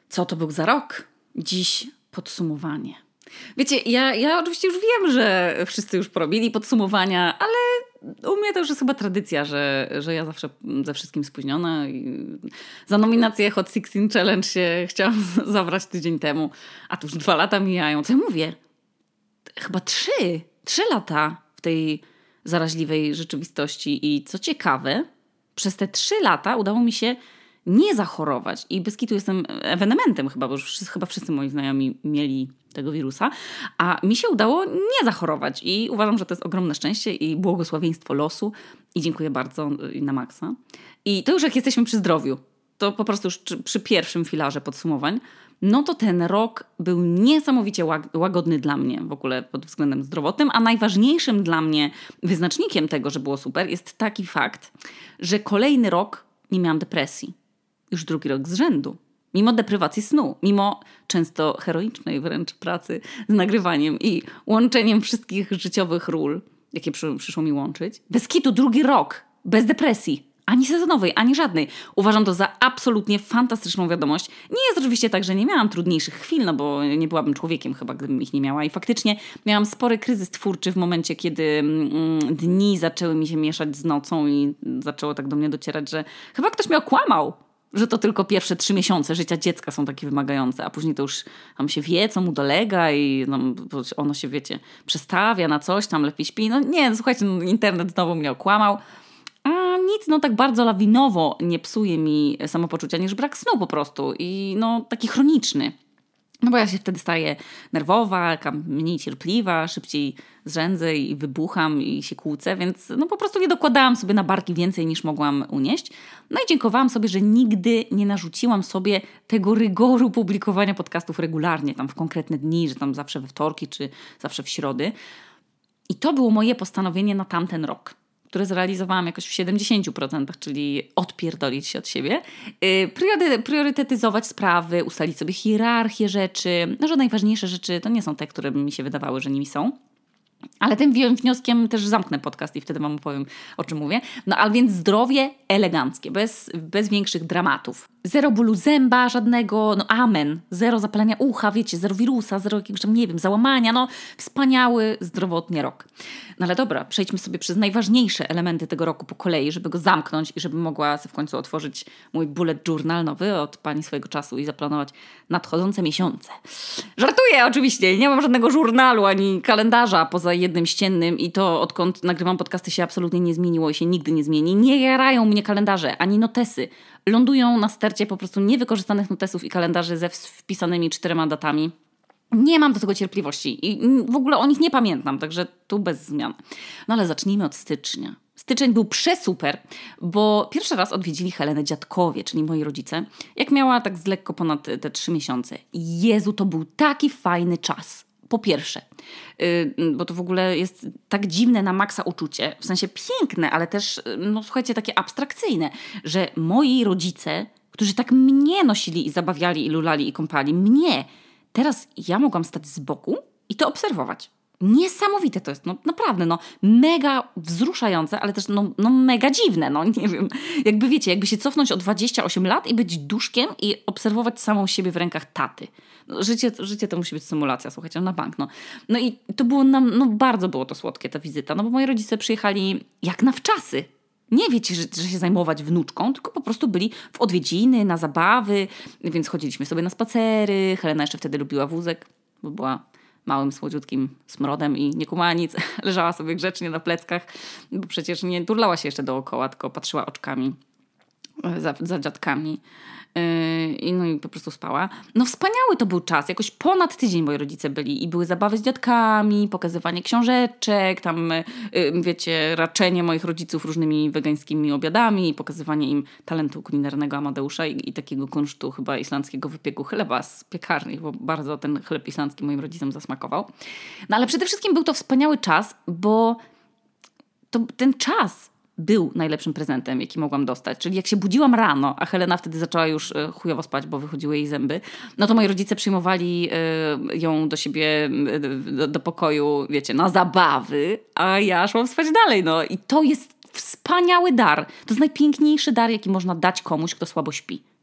Co to był za rok? Dziś podsumowanie. Wiecie, ja oczywiście już wiem, że wszyscy już porobili podsumowania, ale u mnie to już jest chyba tradycja, że ja zawsze ze wszystkim spóźniona. I za nominację Hot 16 Challenge się chciałam zabrać tydzień temu, a tu już 2 lata mijają. Co ja mówię? Chyba 3 lata w tej zaraźliwej rzeczywistości. I co ciekawe, przez te 3 lata udało mi się nie zachorować. I bez kitu jestem ewenementem chyba, bo już chyba wszyscy moi znajomi mieli tego wirusa. A mi się udało nie zachorować. I uważam, że to jest ogromne szczęście i błogosławieństwo losu. I dziękuję bardzo na maksa. I to już jak jesteśmy przy zdrowiu, to po prostu już przy pierwszym filarze podsumowań, no to ten rok był niesamowicie łagodny dla mnie w ogóle pod względem zdrowotnym, a najważniejszym dla mnie wyznacznikiem tego, że było super, jest taki fakt, że kolejny rok nie miałam depresji. Już 2. rok z rzędu. Mimo deprywacji snu, mimo często heroicznej wręcz pracy z nagrywaniem i łączeniem wszystkich życiowych ról, jakie przyszło mi łączyć. Bez kitu 2. rok, bez depresji. Ani sezonowej, ani żadnej. Uważam to za absolutnie fantastyczną wiadomość. Nie jest oczywiście tak, że nie miałam trudniejszych chwil, no bo nie byłabym człowiekiem chyba, gdybym ich nie miała. I faktycznie miałam spory kryzys twórczy w momencie, kiedy dni zaczęły mi się mieszać z nocą i zaczęło tak do mnie docierać, że chyba ktoś mnie okłamał, że to tylko pierwsze 3 miesiące życia dziecka są takie wymagające, a później to już tam się wie, co mu dolega i ono się, wiecie, przestawia na coś, tam lepiej śpi. No nie, słuchajcie, internet znowu mnie okłamał. A nic, tak bardzo lawinowo nie psuje mi samopoczucia niż brak snu po prostu i taki chroniczny. No bo ja się wtedy staję nerwowa, mniej cierpliwa, szybciej zrzędzę i wybucham i się kłócę, więc po prostu nie dokładałam sobie na barki więcej niż mogłam unieść. No i dziękowałam sobie, że nigdy nie narzuciłam sobie tego rygoru publikowania podcastów regularnie, tam w konkretne dni, że tam zawsze we wtorki czy zawsze w środy. I to było moje postanowienie na tamten rok, które zrealizowałam jakoś w 70%, czyli odpierdolić się od siebie, priorytetyzować sprawy, ustalić sobie hierarchię rzeczy, że najważniejsze rzeczy to nie są te, które mi się wydawały, że nimi są. Ale tym wnioskiem też zamknę podcast i wtedy wam opowiem, o czym mówię. Ale więc zdrowie eleganckie, bez większych dramatów. Zero bólu zęba żadnego, amen. Zero zapalenia ucha, wiecie, zero wirusa, zero jakiegoś tam, wspałamania. Wspaniały, zdrowotnie rok. Ale dobra, przejdźmy sobie przez najważniejsze elementy tego roku po kolei, żeby go zamknąć i żebym mogła sobie w końcu otworzyć mój bullet journal nowy od pani swojego czasu i zaplanować nadchodzące miesiące. Żartuję oczywiście, nie mam żadnego żurnalu ani kalendarza poza jednym ściennym i to odkąd nagrywam podcasty się absolutnie nie zmieniło i się nigdy nie zmieni. Nie jarają mnie kalendarze ani notesy. Lądują na stercie po prostu niewykorzystanych notesów i kalendarzy ze wpisanymi 4 datami. Nie mam do tego cierpliwości i w ogóle o nich nie pamiętam, także tu bez zmian. Ale zacznijmy od stycznia. Styczeń był przesuper, bo pierwszy raz odwiedzili Helenę dziadkowie, czyli moi rodzice, jak miała tak z lekko ponad te 3 miesiące. Jezu, to był taki fajny czas. Po pierwsze, bo to w ogóle jest tak dziwne na maksa uczucie, w sensie piękne, ale też, słuchajcie, takie abstrakcyjne, że moi rodzice, którzy tak mnie nosili i zabawiali i lulali i kąpali, teraz ja mogłam stać z boku i to obserwować. Niesamowite to jest, naprawdę, mega wzruszające, ale też mega dziwne, nie wiem. Jakby wiecie, jakby się cofnąć o 28 lat i być duszkiem i obserwować samą siebie w rękach taty. Życie to musi być symulacja, słuchajcie, na bank, No i to było bardzo było to słodkie, ta wizyta, bo moi rodzice przyjechali jak na wczasy. Nie wiecie, że się zajmować wnuczką, tylko po prostu byli w odwiedziny, na zabawy, więc chodziliśmy sobie na spacery. Helena jeszcze wtedy lubiła wózek, bo była małym, słodziutkim smrodem i nie kumała nic. Leżała sobie grzecznie na pleckach, bo przecież nie turlała się jeszcze dookoła, tylko patrzyła oczkami za dziadkami. I po prostu spała. Wspaniały to był czas. Jakoś ponad tydzień moi rodzice byli i były zabawy z dziadkami, pokazywanie książeczek, tam wiecie, raczenie moich rodziców różnymi wegańskimi obiadami, pokazywanie im talentu kulinarnego Amadeusza i takiego kunsztu chyba islandzkiego wypieku chleba z piekarni, bo bardzo ten chleb islandzki moim rodzicom zasmakował. Ale przede wszystkim był to wspaniały czas, bo ten czas był najlepszym prezentem, jaki mogłam dostać. Czyli jak się budziłam rano, a Helena wtedy zaczęła już chujowo spać, bo wychodziły jej zęby, to moi rodzice przyjmowali ją do siebie, do pokoju, wiecie, na zabawy, a ja szłam spać dalej. I to jest wspaniały dar. To jest najpiękniejszy dar, jaki można dać komuś, kto słabo śpi.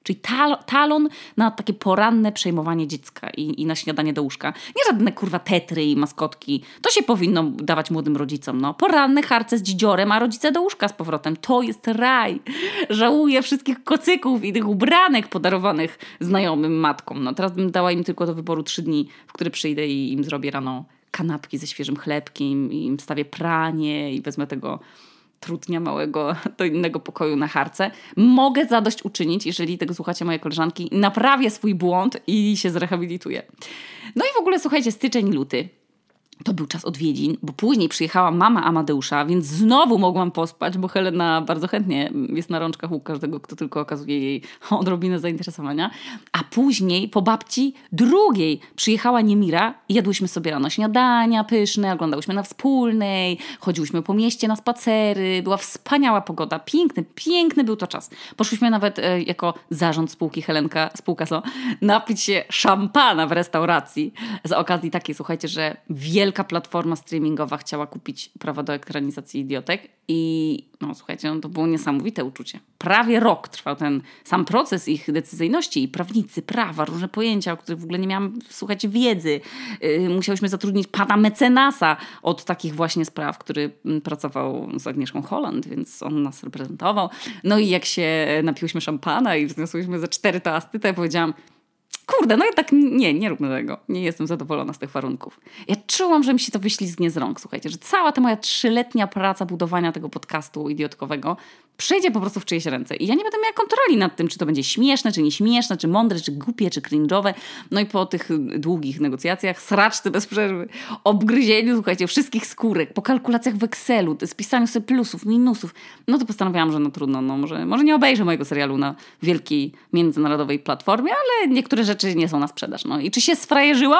Czyli talon na takie poranne przejmowanie dziecka i na śniadanie do łóżka. Nie żadne kurwa tetry i maskotki. To się powinno dawać młodym rodzicom. No. Poranne harce z dzidziorem, a rodzice do łóżka z powrotem. To jest raj. Żałuję wszystkich kocyków i tych ubranek podarowanych znajomym matkom. No, teraz bym dała im tylko do wyboru 3 dni, w które przyjdę i im zrobię rano kanapki ze świeżym chlebkiem i im stawię pranie i wezmę tego trutnia małego do innego pokoju na harce. Mogę zadośćuczynić, jeżeli tego słuchacie moje koleżanki, naprawię swój błąd i się zrehabilituję. No i w ogóle słuchajcie, styczeń, luty. To był czas odwiedzin, bo później przyjechała mama Amadeusza, więc znowu mogłam pospać, bo Helena bardzo chętnie jest na rączkach u każdego, kto tylko okazuje jej odrobinę zainteresowania. A później po babci drugiej przyjechała Niemira i jadłyśmy sobie rano śniadania pyszne, oglądałyśmy na Wspólnej, chodziłyśmy po mieście na spacery, była wspaniała pogoda, piękny był to czas. Poszłyśmy nawet jako zarząd spółki spółka napić się szampana w restauracji z okazji takiej, słuchajcie, że wielka platforma streamingowa chciała kupić prawa do ekranizacji Idiotek i no słuchajcie, no to było niesamowite uczucie. Prawie rok trwał ten sam proces ich decyzyjności i prawnicy, prawa, różne pojęcia, o których w ogóle nie miałam, słuchajcie, wiedzy. Musiałyśmy zatrudnić pana mecenasa od takich właśnie spraw, który pracował z Agnieszką Holland, więc on nas reprezentował. No i jak się napiłyśmy szampana i wzniosłyśmy ze 4 toasty, to ja powiedziałam: kurde, no jednak nie róbmy tego. Nie jestem zadowolona z tych warunków. Ja czułam, że mi się to wyślizgnie z rąk, słuchajcie, że cała ta moja 3-letnia praca budowania tego podcastu idiotkowego przejdzie po prostu w czyjeś ręce. I ja nie będę miała kontroli nad tym, czy to będzie śmieszne, czy nieśmieszne, czy mądre, czy głupie, czy cringe'owe. No i po tych długich negocjacjach, sraczce bez przerwy, obgryzieniu, słuchajcie, wszystkich skórek, po kalkulacjach w Excelu, spisaniu sobie plusów, minusów, no to postanowiłam, że no trudno, no może nie obejrzę mojego serialu na wielkiej międzynarodowej platformie, ale niektóre rzeczy nie są na sprzedaż. No i czy się sfrajerzyłam?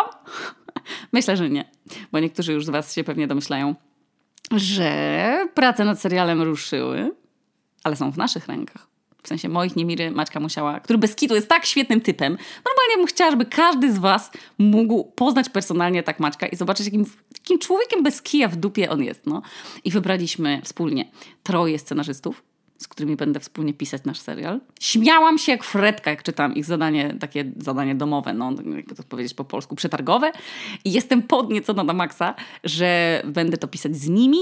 Myślę, że nie, bo niektórzy już z was się pewnie domyślają, że prace nad serialem ruszyły, ale są w naszych rękach. W sensie moich, Niemiry, Maćka Musiała, który bez kitu jest tak świetnym typem. Normalnie bym chciała, żeby każdy z was mógł poznać personalnie tak Maćka i zobaczyć, jakim człowiekiem bez kija w dupie on jest. No. I wybraliśmy wspólnie 3 scenarzystów, z którymi będę wspólnie pisać nasz serial. Śmiałam się jak Fredka, jak czytałam ich takie zadanie domowe, no jakby to powiedzieć po polsku, przetargowe. I jestem podniecona na maksa, że będę to pisać z nimi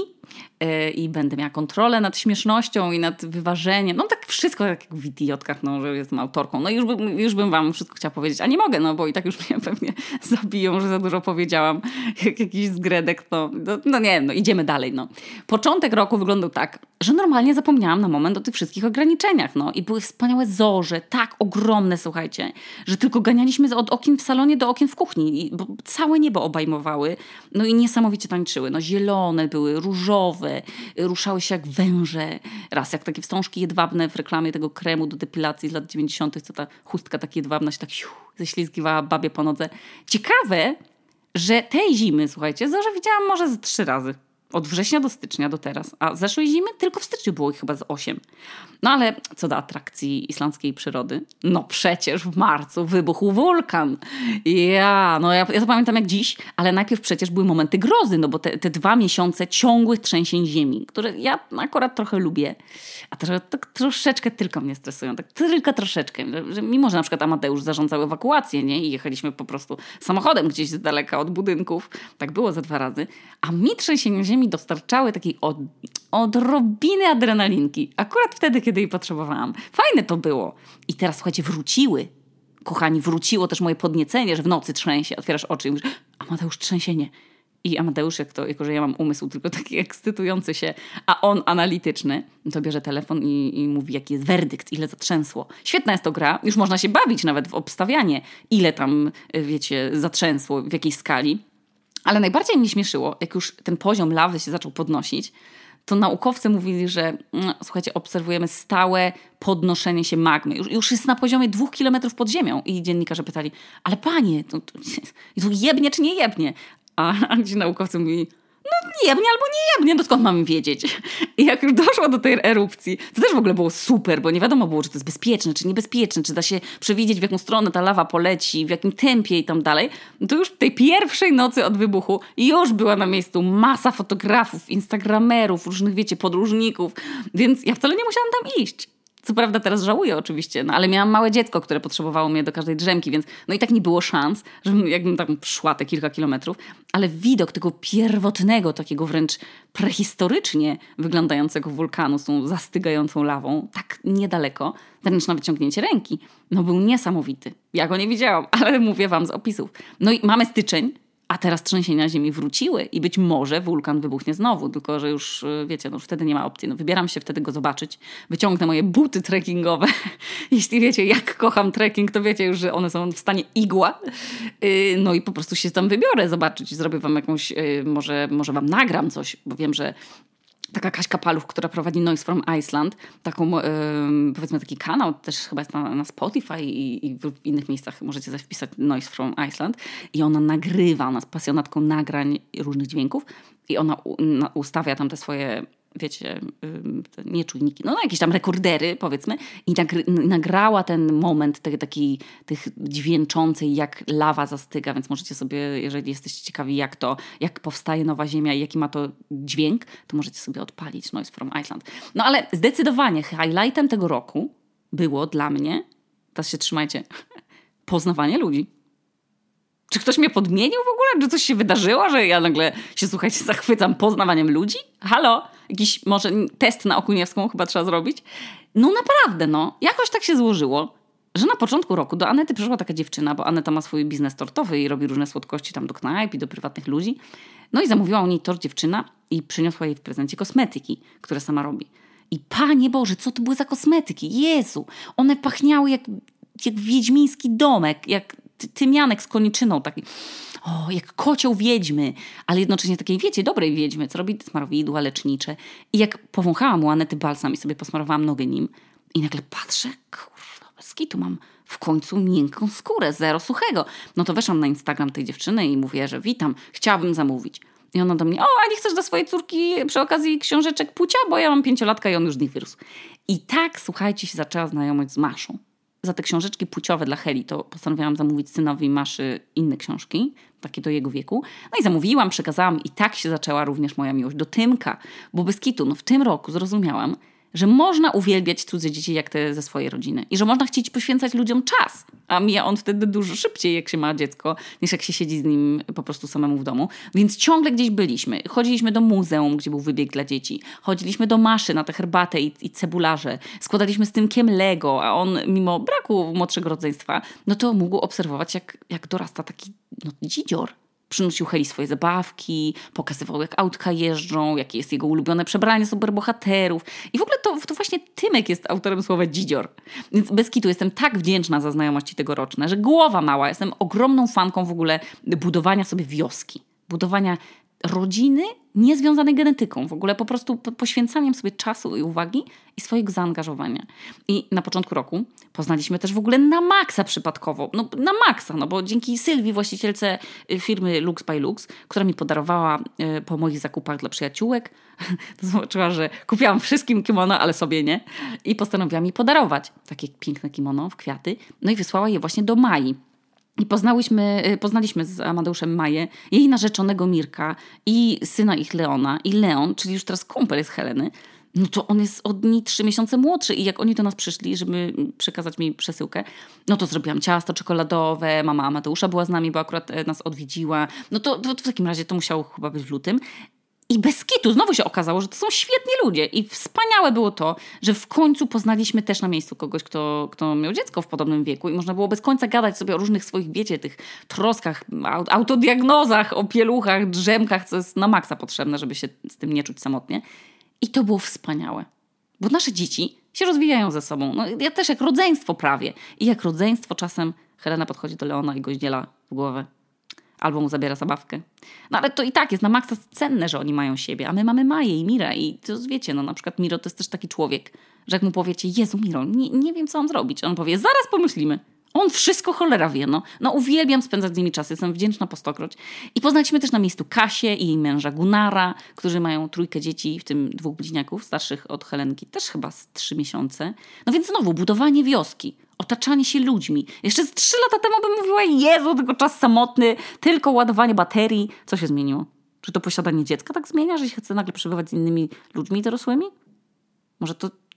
i będę miała kontrolę nad śmiesznością i nad wyważeniem. No tak wszystko tak jak w Idiotkach, no, że jestem autorką. No już bym wam wszystko chciała powiedzieć, a nie mogę, no bo i tak już mnie pewnie zabiją, że za dużo powiedziałam, jak jakiś zgredek. No nie wiem, no idziemy dalej. No. Początek roku wyglądał tak, że normalnie zapomniałam na moment o tych wszystkich ograniczeniach. No. I były wspaniałe zorze, tak ogromne, słuchajcie, że tylko ganialiśmy od okien w salonie do okien w kuchni, bo całe niebo obejmowały. No i niesamowicie tańczyły. No zielone były, różowe, ruszały się jak węże. Raz jak takie wstążki jedwabne w reklamie tego kremu do depilacji z lat 90., co ta chustka taka jedwabna się tak ześlizgiwała babie po nodze. Ciekawe, że tej zimy, słuchajcie, zorze widziałam może z 3 razy. Od września do stycznia do teraz. A zeszłej zimy tylko w styczniu było ich chyba z 8. No ale co do atrakcji islandzkiej przyrody, no przecież w marcu wybuchł wulkan. Ja to pamiętam jak dziś, ale najpierw przecież były momenty grozy, no bo te 2 miesiące ciągłych trzęsień ziemi, które ja akurat trochę lubię, a tak troszeczkę tylko mnie stresują, tak tylko troszeczkę, że mimo, że na przykład Amadeusz zarządzał ewakuację, nie? I jechaliśmy po prostu samochodem gdzieś z daleka od budynków, tak było ze 2 razy, a mi trzęsienia ziemi dostarczały takiej odrobiny adrenalinki. Akurat wtedy, kiedy jej potrzebowałam. Fajne to było. I teraz, słuchajcie, wróciły. Kochani, wróciło też moje podniecenie, że w nocy trzęsie. Otwierasz oczy i mówisz: Amadeusz, trzęsienie. I Amadeusz, jako że ja mam umysł tylko taki ekscytujący się, a on analityczny, to bierze telefon i mówi, jaki jest werdykt, ile zatrzęsło. Świetna jest to gra. Już można się bawić nawet w obstawianie, ile tam, wiecie, zatrzęsło, w jakiej skali. Ale najbardziej mnie śmieszyło, jak już ten poziom lawy się zaczął podnosić, to naukowcy mówili, że słuchajcie, obserwujemy stałe podnoszenie się magmy. Już jest na poziomie 2 kilometrów pod ziemią. I dziennikarze pytali: ale panie, to jebnie czy nie jebnie? A ci naukowcy mówili: no jebnie albo nie jebnie, no skąd mamy wiedzieć? I jak już doszło do tej erupcji, to też w ogóle było super, bo nie wiadomo było, czy to jest bezpieczne, czy niebezpieczne, czy da się przewidzieć, w jaką stronę ta lawa poleci, w jakim tempie i tam dalej. No to już tej pierwszej nocy od wybuchu już była na miejscu masa fotografów, instagramerów, różnych, wiecie, podróżników, więc ja wcale nie musiałam tam iść. Co prawda teraz żałuję oczywiście, no ale miałam małe dziecko, które potrzebowało mnie do każdej drzemki, więc no i tak nie było szans, żebym jakbym tam szła te kilka kilometrów, ale widok tego pierwotnego, takiego wręcz prehistorycznie wyglądającego wulkanu z tą zastygającą lawą, tak niedaleko, wręcz na wyciągnięcie ręki, no był niesamowity. Ja go nie widziałam, ale mówię wam z opisów. No i mamy styczeń, a teraz trzęsienia ziemi wróciły i być może wulkan wybuchnie znowu, tylko że już, wiecie, no już wtedy nie ma opcji. No wybieram się wtedy go zobaczyć, wyciągnę moje buty trekkingowe. Jeśli wiecie, jak kocham trekking, to wiecie już, że one są w stanie igła. No i po prostu się tam wybiorę zobaczyć. Zrobię wam jakąś, może wam nagram coś, bo wiem, że taka Kaśka Paluch, która prowadzi Noise from Iceland, taką, powiedzmy taki kanał, też chyba jest na Spotify i w innych miejscach możecie zaś wpisać Noise from Iceland i ona nagrywa, ona jest pasjonatką nagrań różnych dźwięków i ona ustawia tam te swoje, wiecie, nie czujniki, no jakieś tam rekordery powiedzmy i nagrała ten moment tych dźwięczącej, jak lawa zastyga, więc możecie sobie, jeżeli jesteście ciekawi jak powstaje nowa ziemia i jaki ma to dźwięk, to możecie sobie odpalić Noise from Iceland. No ale zdecydowanie highlightem tego roku było dla mnie, teraz się trzymajcie, poznawanie ludzi. Czy ktoś mnie podmienił w ogóle? Czy coś się wydarzyło, że ja nagle się, słuchajcie, zachwycam poznawaniem ludzi? Halo? Jakiś może test na Okuniewską chyba trzeba zrobić? No naprawdę, no. Jakoś tak się złożyło, że na początku roku do Anety przyszła taka dziewczyna, bo Aneta ma swój biznes tortowy i robi różne słodkości tam do knajp i do prywatnych ludzi. No i zamówiła u niej tort dziewczyna i przyniosła jej w prezencie kosmetyki, które sama robi. I Panie Boże, co to były za kosmetyki? Jezu! One pachniały jak wiedźmiński domek, jak tymianek z koniczyną, taki, jak kocioł wiedźmy, ale jednocześnie takiej, wiecie, dobrej wiedźmy, co robi smarowidła lecznicze. I jak powąchałam u Anety balsam i sobie posmarowałam nogę nim i nagle patrzę, kurwa, bez kitu mam w końcu miękką skórę, zero suchego. No to weszłam na Instagram tej dziewczyny i mówię, że witam, chciałabym zamówić. I ona do mnie, a nie chcesz dla swojej córki przy okazji książeczek Pucia, bo ja mam 5-latka i on już z nich wyrósł. I tak, słuchajcie, się zaczęła znajomość z Maszą. Za te książeczki puciowe dla Heli to postanowiłam zamówić synowi Maszy inne książki, takie do jego wieku. No i zamówiłam, przekazałam i tak się zaczęła również moja miłość do Tymka. Bo bez kitu, no w tym roku zrozumiałam, że można uwielbiać cudze dzieci jak te ze swojej rodziny. I że można chcieć poświęcać ludziom czas. A mija on wtedy dużo szybciej, jak się ma dziecko, niż jak się siedzi z nim po prostu samemu w domu. Więc ciągle gdzieś byliśmy. Chodziliśmy do muzeum, gdzie był wybieg dla dzieci. Chodziliśmy do Maszy na tę herbatę i cebularze. Składaliśmy z Tymkiem Lego, a on mimo braku młodszego rodzeństwa, no to mógł obserwować, jak dorasta taki dzidzior. Przynosił Heli swoje zabawki, pokazywał, jak autka jeżdżą, jakie jest jego ulubione przebranie superbohaterów. I w ogóle to właśnie Tymek jest autorem słowa dzidzior. Więc bez kitu jestem tak wdzięczna za znajomości tegoroczne, że głowa mała. Jestem ogromną fanką w ogóle budowania sobie wioski. Budowania rodziny niezwiązanej genetyką. W ogóle po prostu poświęcaniem sobie czasu i uwagi i swojego zaangażowania. I na początku roku poznaliśmy też w ogóle na maksa przypadkowo. No na maksa, no bo dzięki Sylwii, właścicielce firmy Lux by Lux, która mi podarowała po moich zakupach dla przyjaciółek, to zobaczyła, że kupiłam wszystkim kimono, ale sobie nie. I postanowiła mi podarować takie piękne kimono w kwiaty. No i wysłała je właśnie do Mai. I poznaliśmy z Amadeuszem Maję, jej narzeczonego Mirka i syna ich Leona. I Leon, czyli już teraz kumpel jest Heleny, no to on jest od niej 3 miesiące młodszy i jak oni do nas przyszli, żeby przekazać mi przesyłkę, no to zrobiłam ciasto czekoladowe, mama Amadeusza była z nami, bo akurat nas odwiedziła. No to w takim razie to musiało chyba być w lutym. I bez kitu znowu się okazało, że to są świetni ludzie. I wspaniałe było to, że w końcu poznaliśmy też na miejscu kogoś, kto miał dziecko w podobnym wieku i można było bez końca gadać sobie o różnych swoich, wiecie, tych troskach, autodiagnozach, o pieluchach, drzemkach, co jest na maksa potrzebne, żeby się z tym nie czuć samotnie. I to było wspaniałe. Bo nasze dzieci się rozwijają ze sobą. No, ja też jak rodzeństwo prawie. I jak rodzeństwo czasem Helena podchodzi do Leona i go zdziela w głowę. Albo mu zabiera zabawkę. No ale to i tak jest na maksa cenne, że oni mają siebie, a my mamy Maję i Mirę i to wiecie, no na przykład Miro to jest też taki człowiek, że jak mu powiecie, Jezu Miro, nie wiem co mam zrobić, on powie, zaraz pomyślimy. On wszystko cholera wie, no. No uwielbiam spędzać z nimi czas, jestem wdzięczna po stokroć. I poznaliśmy też na miejscu Kasię i jej męża Gunnara, którzy mają 3 dzieci, w tym 2 bliźniaków, starszych od Helenki, też chyba z 3 miesiące. No więc znowu, budowanie wioski, otaczanie się ludźmi. Jeszcze z 3 lata temu bym mówiła, Jezu, tylko czas samotny, tylko ładowanie baterii. Co się zmieniło? Czy to posiadanie dziecka tak zmienia, że się chce nagle przebywać z innymi ludźmi dorosłymi? Może to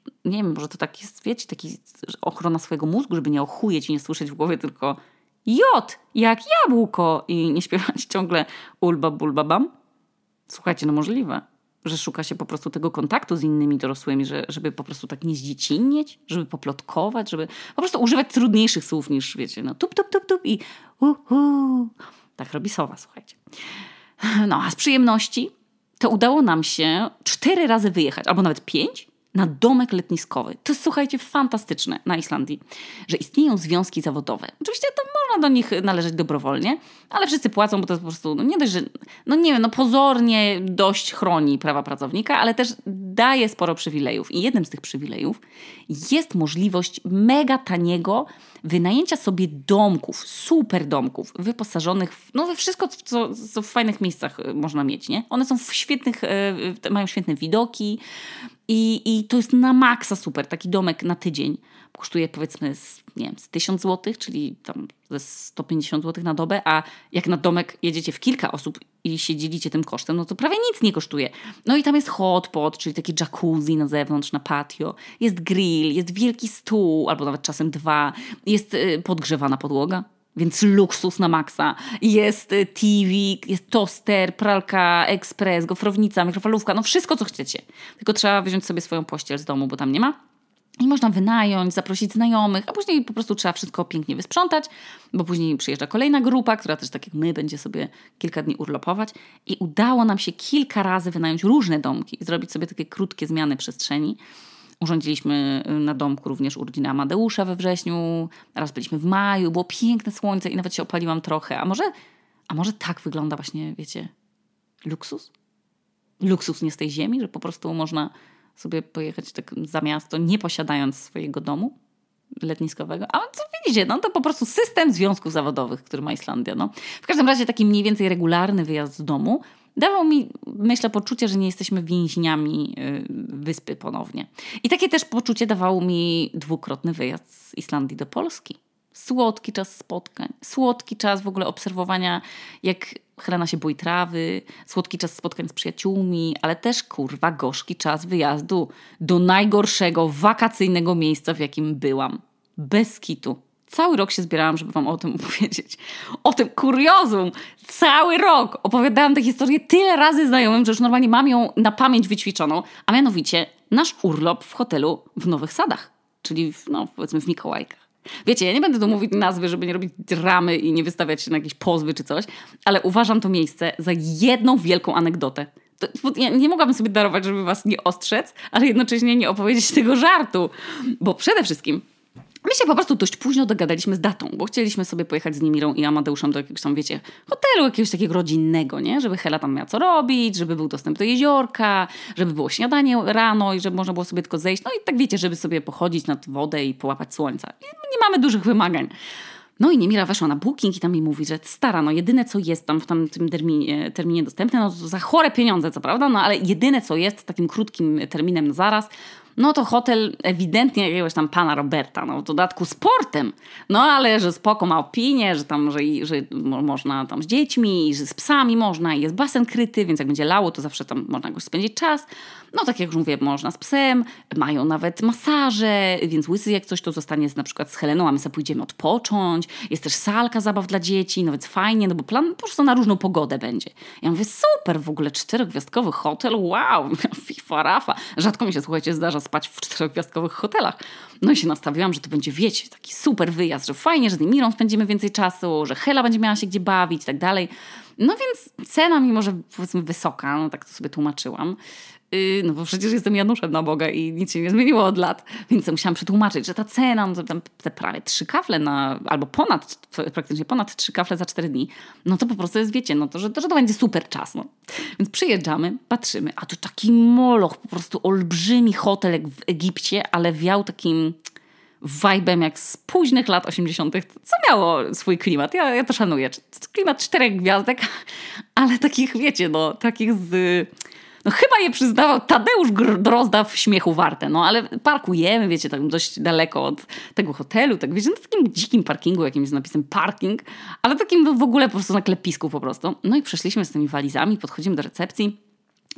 nie wiem, może to tak jest, wiecie, taki ochrona swojego mózgu, żeby nie ochujeć i nie słyszeć w głowie tylko J, jak jabłko i nie śpiewać ciągle ulba bulba bam. Słuchajcie, no możliwe, że szuka się po prostu tego kontaktu z innymi dorosłymi, żeby po prostu tak nie zdziecinnieć, żeby poplotkować, żeby po prostu używać trudniejszych słów niż, wiecie, no tup, tup, tup, tup i tak robi sowa, słuchajcie. No, a z przyjemności to udało nam się 4 razy wyjechać, albo nawet 5, na domek letniskowy. To jest, słuchajcie, fantastyczne na Islandii, że istnieją związki zawodowe. Oczywiście to można do nich należeć dobrowolnie, ale wszyscy płacą, bo to jest po prostu, no nie dość, że, no nie wiem, no pozornie dość chroni prawa pracownika, ale też daje sporo przywilejów. I jednym z tych przywilejów jest możliwość mega taniego wynajęcia sobie domków, super domków, wyposażonych we wszystko, co w fajnych miejscach można mieć, nie? One są w świetnych, mają świetne widoki i to jest na maksa super. Taki domek na tydzień kosztuje powiedzmy z 1000 zł, czyli tam ze 150 zł na dobę, a jak na domek jedziecie w kilka osób i się dzielicie tym kosztem, no to prawie nic nie kosztuje. No i tam jest hot pot, czyli takie jacuzzi na zewnątrz, na patio, jest grill, jest wielki stół, albo nawet czasem 2, jest podgrzewana podłoga. Więc luksus na maksa. Jest TV, jest toster, pralka, ekspres, gofrownica, mikrofalówka, no wszystko co chcecie. Tylko trzeba wziąć sobie swoją pościel z domu, bo tam nie ma. I można wynająć, zaprosić znajomych, a później po prostu trzeba wszystko pięknie wysprzątać, bo później przyjeżdża kolejna grupa, która też tak jak my będzie sobie kilka dni urlopować. I udało nam się kilka razy wynająć różne domki i zrobić sobie takie krótkie zmiany przestrzeni. Urządziliśmy na domku również urodziny Amadeusza we wrześniu, raz byliśmy w maju, było piękne słońce i nawet się opaliłam trochę. A może tak wygląda właśnie, wiecie, luksus? Luksus nie z tej ziemi, że po prostu można sobie pojechać tak za miasto, nie posiadając swojego domu letniskowego. A co widzicie, no to po prostu system związków zawodowych, który ma Islandia. No. W każdym razie taki mniej więcej regularny wyjazd z domu dawał mi, myślę, poczucie, że nie jesteśmy więźniami wyspy ponownie. I takie też poczucie dawał mi 2-krotny wyjazd z Islandii do Polski. Słodki czas spotkań, słodki czas w ogóle obserwowania, jak Helena się boi trawy, słodki czas spotkań z przyjaciółmi, ale też gorzki czas wyjazdu do najgorszego wakacyjnego miejsca, w jakim byłam. Bez kitu. Cały rok się zbierałam, żeby wam o tym opowiedzieć. O tym kuriozum. Cały rok opowiadałam tę historię tyle razy znajomym, że już normalnie mam ją na pamięć wyćwiczoną, a mianowicie nasz urlop w hotelu w Nowych Sadach, czyli powiedzmy w Mikołajkach. Wiecie, ja nie będę tu mówić nazwy, żeby nie robić dramy i nie wystawiać się na jakieś pozwy czy coś, ale uważam to miejsce za jedną wielką anegdotę. Ja nie mogłabym sobie darować, żeby was nie ostrzec, ale jednocześnie nie opowiedzieć tego żartu, bo przede wszystkim my się po prostu dość późno dogadaliśmy z datą, bo chcieliśmy sobie pojechać z Nimirą i Amadeuszem do jakiegoś tam, wiecie, hotelu jakiegoś takiego rodzinnego, nie? Żeby Hela tam miała co robić, żeby był dostęp do jeziorka, żeby było śniadanie rano i żeby można było sobie tylko zejść. No i tak wiecie, żeby sobie pochodzić nad wodę i połapać słońca. Nie mamy dużych wymagań. No i Niemira weszła na booking i tam mi mówi, że stara, no jedyne co jest tam w tamtym terminie dostępne, no za chore pieniądze co prawda, no ale jedyne co jest takim krótkim terminem na zaraz, no to hotel ewidentnie jakiegoś tam pana Roberta, no w dodatku z portem. No ale że spoko ma opinię, że tam, że można tam z dziećmi, że z psami można i jest basen kryty, więc jak będzie lało, to zawsze tam można jakoś spędzić czas. No tak jak już mówię, można z psem, mają nawet masaże, więc łysy jak coś to zostanie na przykład z Heleną, a my sobie pójdziemy odpocząć. Jest też salka zabaw dla dzieci, no więc fajnie, no bo plan po prostu na różną pogodę będzie. Ja mówię, super, w ogóle 4-gwiazdkowy hotel, wow, fifa rafa. Rzadko mi się, słuchajcie, zdarza spać w 4-gwiazdkowych hotelach. No i się nastawiłam, że to będzie, wiecie, taki super wyjazd, że fajnie, że z Nimirą spędzimy więcej czasu, że Hela będzie miała się gdzie bawić i tak dalej. No więc cena, mimo że powiedzmy wysoka, no tak to sobie tłumaczyłam, no bo przecież jestem Januszem na Boga i nic się nie zmieniło od lat, więc musiałam przetłumaczyć, że ta cena, no to tam te prawie 3 kafle albo praktycznie ponad 3 kafle za 4 dni, no to po prostu jest, wiecie, no to, że to będzie super czas, no. Więc przyjeżdżamy, patrzymy, a to taki moloch, po prostu olbrzymi hotel jak w Egipcie, ale wiał takim vibe'em jak z późnych lat 80., co miało swój klimat. Ja to szanuję. Klimat 4 gwiazdek, ale takich, wiecie, no, takich z... No chyba je przyznawał Tadeusz Drozda w Śmiechu warte, no ale parkujemy, wiecie, tak dość daleko od tego hotelu, tak wiecie, na takim dzikim parkingu, jakimś z napisem parking, ale takim w ogóle po prostu na klepisku po prostu. No i przeszliśmy z tymi walizami, podchodzimy do recepcji.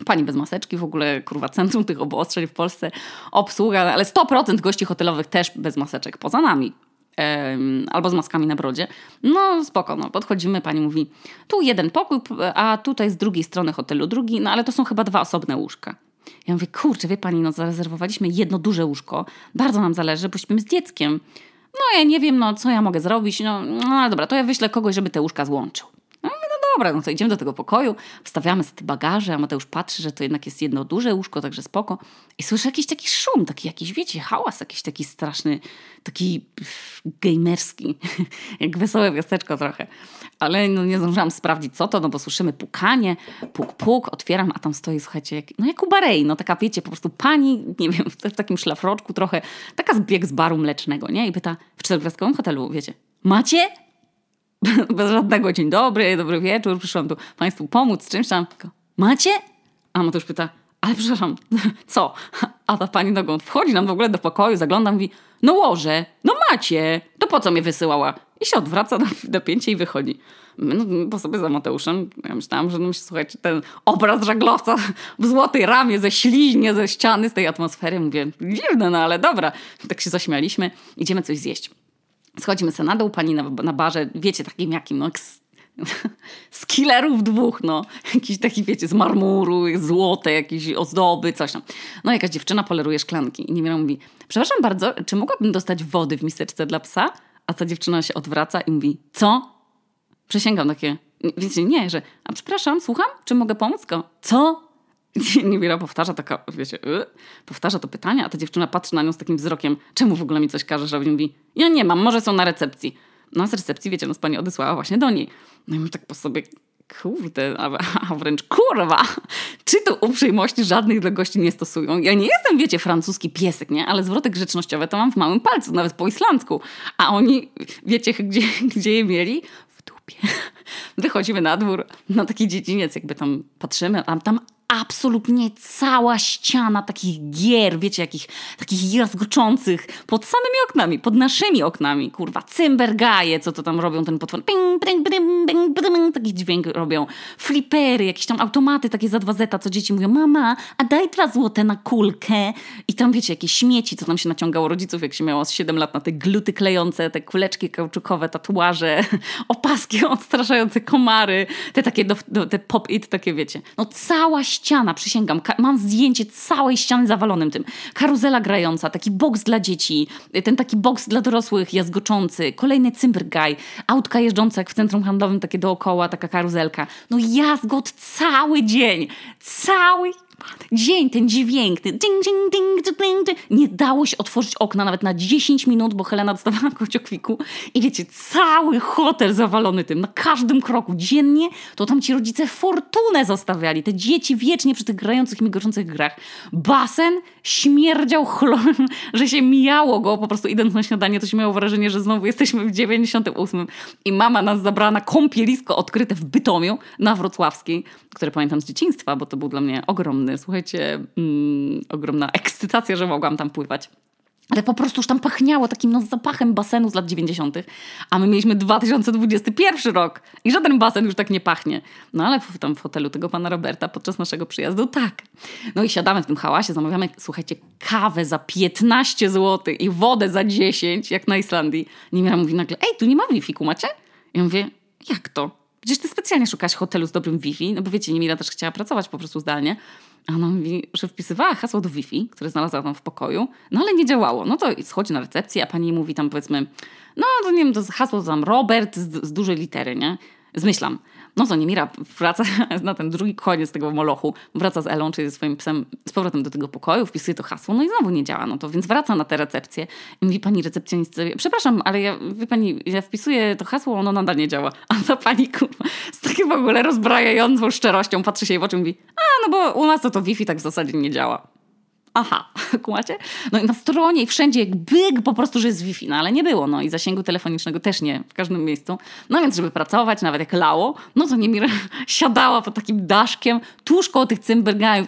Pani bez maseczki, w ogóle kurwa centrum tych obostrzeń w Polsce, obsługa, ale 100% gości hotelowych też bez maseczek, poza nami. Albo z maskami na brodzie. No spoko, no podchodzimy, pani mówi, tu jeden pokój, a tutaj z drugiej strony hotelu drugi, no ale to są chyba 2 osobne łóżka. Ja mówię, kurczę, wie pani, no zarezerwowaliśmy jedno duże łóżko, bardzo nam zależy, bo śpimy z dzieckiem. No ja nie wiem, no co ja mogę zrobić, no ale dobra, to ja wyślę kogoś, żeby te łóżka złączył. No mówię, no dobra, no to idziemy do tego pokoju, wstawiamy sobie te bagaże, a Mateusz patrzy, że to jednak jest jedno duże łóżko, także spoko. I słyszę jakiś taki szum, taki jakiś, wiecie, hałas, jakiś taki straszny, taki gamerski, jak wesołe miasteczko trochę. Ale no nie zdążyłam sprawdzić co to, no bo słyszymy pukanie, puk, puk, otwieram, a tam stoi, słuchajcie, jak u Barei, no taka, wiecie, po prostu pani, nie wiem, w takim szlafroczku trochę, taka zbieg z baru mlecznego, nie? I pyta, w 4-gwiazdkowym hotelu, wiecie, macie? Bez żadnego dzień dobry, dobry wieczór, przyszłam tu państwu pomóc z czymś tam. Macie? A Mateusz pyta, ale przepraszam, co? A ta pani nogą wchodzi nam w ogóle do pokoju, zagląda, mówi, no łoże, no macie, to po co mnie wysyłała? I się odwraca do pięcia i wychodzi. No, po sobie za Mateuszem, ja myślałam, że no, słuchajcie, ten obraz żaglowca w złotej ramie, ze śliźnie, ze ściany, z tej atmosfery, mówię, dziwne, no ale dobra. Tak się zaśmialiśmy, idziemy coś zjeść. Schodzimy sobie na dół, pani na barze, wiecie, takim jakim, no z killerów 2, no. Jakiś taki, wiecie, z marmuru, złote, jakieś ozdoby, coś tam. No jakaś dziewczyna poleruje szklanki i Niemira mówi, przepraszam bardzo, czy mogłabym dostać wody w miseczce dla psa? A ta dziewczyna się odwraca i mówi, co? Przysięgam takie, wiecie, nie, że, a przepraszam, słucham, czy mogę pomóc? Co? Niemira powtarza taka, wiecie, powtarza to pytanie, a ta dziewczyna patrzy na nią z takim wzrokiem, czemu w ogóle mi coś każesz robić? Mówi, ja nie mam, może są na recepcji. No a z recepcji, wiecie, no pani odesłała właśnie do niej. No i my tak po sobie, kurde, a wręcz kurwa, czy to uprzejmości żadnych dla gości nie stosują? Ja nie jestem, wiecie, francuski piesek, nie? Ale zwroty grzecznościowe to mam w małym palcu, nawet po islandzku. A oni, wiecie, gdzie je mieli? W dupie. Wychodzimy na dwór, na taki dziedziniec, jakby tam patrzymy, a tam absolutnie cała ściana takich gier, wiecie, takich jazgoczących pod samymi oknami, pod naszymi oknami, kurwa, cymbergaje, co to tam robią, ten potwór, ping, ping, ping, ping, ping, taki dźwięk robią, flipery, jakieś tam automaty takie za 2 zeta, co dzieci mówią, mama, a daj 2 złote na kulkę i tam, wiecie, jakieś śmieci, co tam się naciągało rodziców, jak się miało z 7 lat na te gluty klejące, te kuleczki kauczukowe, tatuaże, opaski odstraszające komary, te takie, te pop-it, takie, wiecie, no cała ściana, przysięgam, mam zdjęcie całej ściany zawalonym tym. Karuzela grająca, taki boks dla dzieci, ten taki boks dla dorosłych, jazgoczący, kolejny cymbergaj, autka jeżdżące jak w centrum handlowym, takie dookoła, taka karuzelka. No jazgot cały dzień, cały dzień, ten dźwięk, ten ding, ding, ding, ding, ding. Nie dało się otworzyć okna nawet na 10 minut, bo Helena dostawała kociokwiku i wiecie, cały hotel zawalony tym, na każdym kroku, dziennie, to tam ci rodzice fortunę zostawiali, te dzieci wiecznie przy tych grających i migoczących grach. Basen śmierdział chlorem, że się mijało go, po prostu idąc na śniadanie, to się miało wrażenie, że znowu jesteśmy w 98 i mama nas zabrała na kąpielisko odkryte w Bytomiu na Wrocławskiej, które pamiętam z dzieciństwa, bo to był dla mnie ogromny, słuchajcie, ogromna ekscytacja, że mogłam tam pływać. Ale po prostu już tam pachniało takim no, zapachem basenu z lat 90. A my mieliśmy 2021 rok i żaden basen już tak nie pachnie. No ale tam w hotelu tego pana Roberta podczas naszego przyjazdu tak. No i siadamy w tym hałasie, zamawiamy, słuchajcie, kawę za 15 zł i wodę za 10, jak na Islandii. Niemira mówi nagle, ej, tu nie ma Wi-Fi, kumacie? Ja mówię, jak to? Przecież ty specjalnie szukałaś hotelu z dobrym Wi-Fi, no bo wiecie, Niemira też chciała pracować po prostu zdalnie. A ona mówi, że wpisywała hasło do Wi-Fi, które znalazła tam w pokoju, no ale nie działało. No to schodzi na recepcję, a pani mówi tam powiedzmy, no to nie wiem, to hasło tam Robert z dużej litery, nie? Zmyślam. No to Niemira wraca na ten drugi koniec tego molochu, wraca z Elą, czyli ze swoim psem, z powrotem do tego pokoju, wpisuje to hasło, no i znowu nie działa. No to więc wraca na tę recepcję i mówi pani recepcjonistce, przepraszam, ale wie pani, ja wpisuję to hasło, ono nadal nie działa. A ta pani, kurwa, z takim w ogóle rozbrajającą szczerością patrzy się jej w oczy i mówi, a no bo u nas to Wi-Fi tak w zasadzie nie działa. Aha, kumacie? No i na stronie i wszędzie jak byk po prostu, że jest Wi-Fi, no ale nie było, no i zasięgu telefonicznego też nie, w każdym miejscu. No więc, żeby pracować, nawet jak lało, no to Niemira siadała pod takim daszkiem tuż koło tych cymbergajów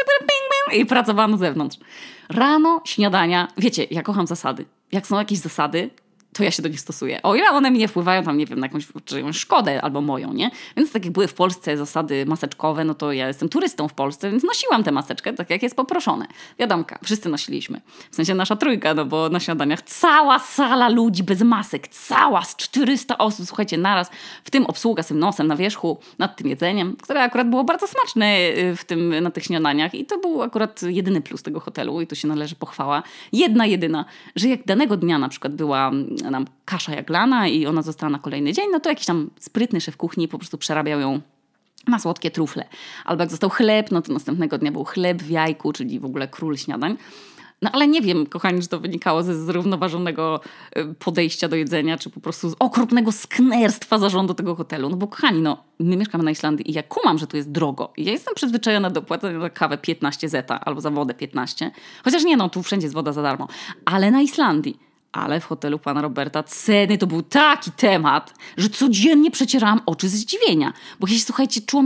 i pracowała na zewnątrz. Rano, śniadania, wiecie, ja kocham zasady. Jak są jakieś zasady, to ja się do nich stosuję. O ile one mi nie wpływają tam, nie wiem, na jakąś czyjąś szkodę albo moją, nie? Więc tak jak były w Polsce zasady maseczkowe, no to ja jestem turystą w Polsce, więc nosiłam tę maseczkę tak jak jest poproszone. Wiadomka, wszyscy nosiliśmy. W sensie nasza trójka, no bo na śniadaniach cała sala ludzi bez masek, cała z 400 osób, słuchajcie, naraz, w tym obsługa z tym nosem na wierzchu nad tym jedzeniem, które akurat było bardzo smaczne na tych śniadaniach i to był akurat jedyny plus tego hotelu i tu się należy pochwała. Jedyna, że jak danego dnia na przykład była nam kasza jaglana i ona została na kolejny dzień, no to jakiś tam sprytny szef kuchni po prostu przerabiał ją na słodkie trufle. Albo jak został chleb, no to następnego dnia był chleb w jajku, czyli w ogóle król śniadań. No ale nie wiem, kochani, czy to wynikało ze zrównoważonego podejścia do jedzenia, czy po prostu z okropnego sknerstwa zarządu tego hotelu. No bo kochani, no my mieszkamy na Islandii i ja kumam, że tu jest drogo. I ja jestem przyzwyczajona do płacenia za kawę 15 zeta albo za wodę 15. Chociaż nie, no tu wszędzie jest woda za darmo. Ale na Islandii, ale w hotelu pana Roberta ceny to był taki temat, że codziennie przecierałam oczy ze zdziwienia. Bo ja się, słuchajcie, czułam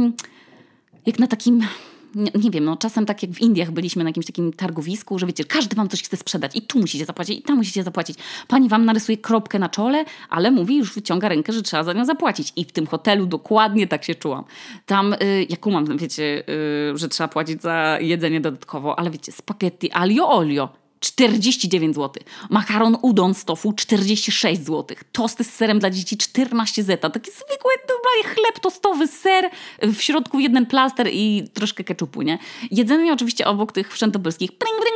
jak na takim... Nie wiem, no czasem tak jak w Indiach byliśmy na jakimś takim targowisku, że wiecie, każdy wam coś chce sprzedać i tu musicie zapłacić, i tam musicie zapłacić. Pani wam narysuje kropkę na czole, ale mówi, już wyciąga rękę, że trzeba za nią zapłacić. I w tym hotelu dokładnie tak się czułam. Tam, ja kumam, wiecie, że trzeba płacić za jedzenie dodatkowo, ale wiecie, spaghetti aglio olio 49 zł. Makaron udon z tofu 46 zł. Tosty z serem dla dzieci 14 zeta. Taki zwykły chleb tostowy, ser, w środku jeden plaster i troszkę keczupu, nie? Jedzenie oczywiście obok tych wszędobylskich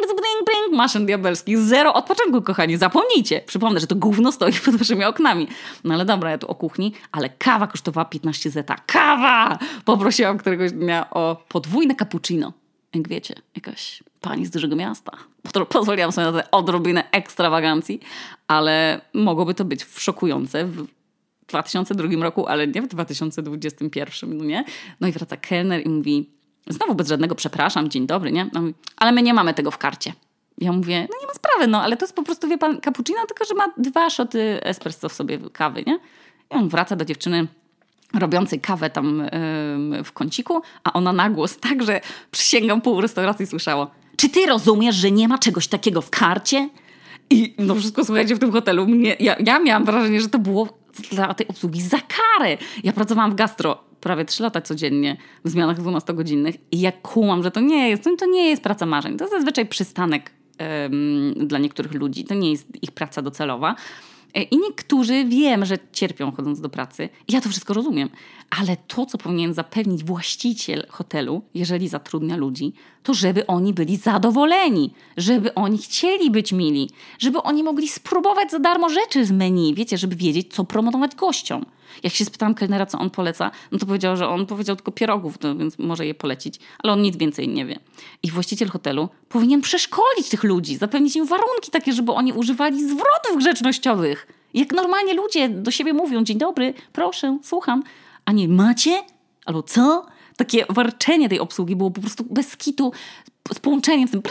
maszyn diabelskich. Zero odpoczynku, kochani. Zapomnijcie. Przypomnę, że to gówno stoi pod waszymi oknami. No ale dobra, ja tu o kuchni, ale kawa kosztowała 15 zeta. Kawa! Poprosiłam któregoś dnia o podwójne cappuccino. Jak wiecie, jakaś pani z dużego miasta. Pozwoliłam sobie na tę odrobinę ekstrawagancji, ale mogłoby to być szokujące w 2002 roku, ale nie w 2021, no nie? No i wraca kelner i mówi, znowu bez żadnego przepraszam, dzień dobry, nie? No mówi, ale my nie mamy tego w karcie. Ja mówię, no nie ma sprawy, no ale to jest po prostu, wie pan, cappuccino, tylko że ma 2 szoty espresso w sobie kawy, nie? I on wraca do dziewczyny robiącej kawę tam w kąciku, a ona na głos, tak, że przysięgam, pół restauracji słyszało. Czy ty rozumiesz, że nie ma czegoś takiego w karcie? I no wszystko, słuchajcie, w tym hotelu. Ja miałam wrażenie, że to było dla tej obsługi za karę. Ja pracowałam w gastro prawie 3 lata codziennie w zmianach 12-godzinnych i ja kumam, że to nie jest praca marzeń. To jest zazwyczaj przystanek dla niektórych ludzi. To nie jest ich praca docelowa. I niektórzy wiem, że cierpią chodząc do pracy. Ja to wszystko rozumiem. Ale to, co powinien zapewnić właściciel hotelu, jeżeli zatrudnia ludzi, to żeby oni byli zadowoleni. Żeby oni chcieli być mili. Żeby oni mogli spróbować za darmo rzeczy z menu. Wiecie, żeby wiedzieć, co promować gościom. Jak się spytałam kelnera, co on poleca, no to powiedział, że on powiedział tylko pierogów, no więc może je polecić. Ale on nic więcej nie wie. I właściciel hotelu powinien przeszkolić tych ludzi, zapewnić im warunki takie, żeby oni używali zwrotów grzecznościowych. Jak normalnie ludzie do siebie mówią, dzień dobry, proszę, słucham, a nie macie? Albo co? Takie warczenie tej obsługi było po prostu bez kitu, z połączeniem z tym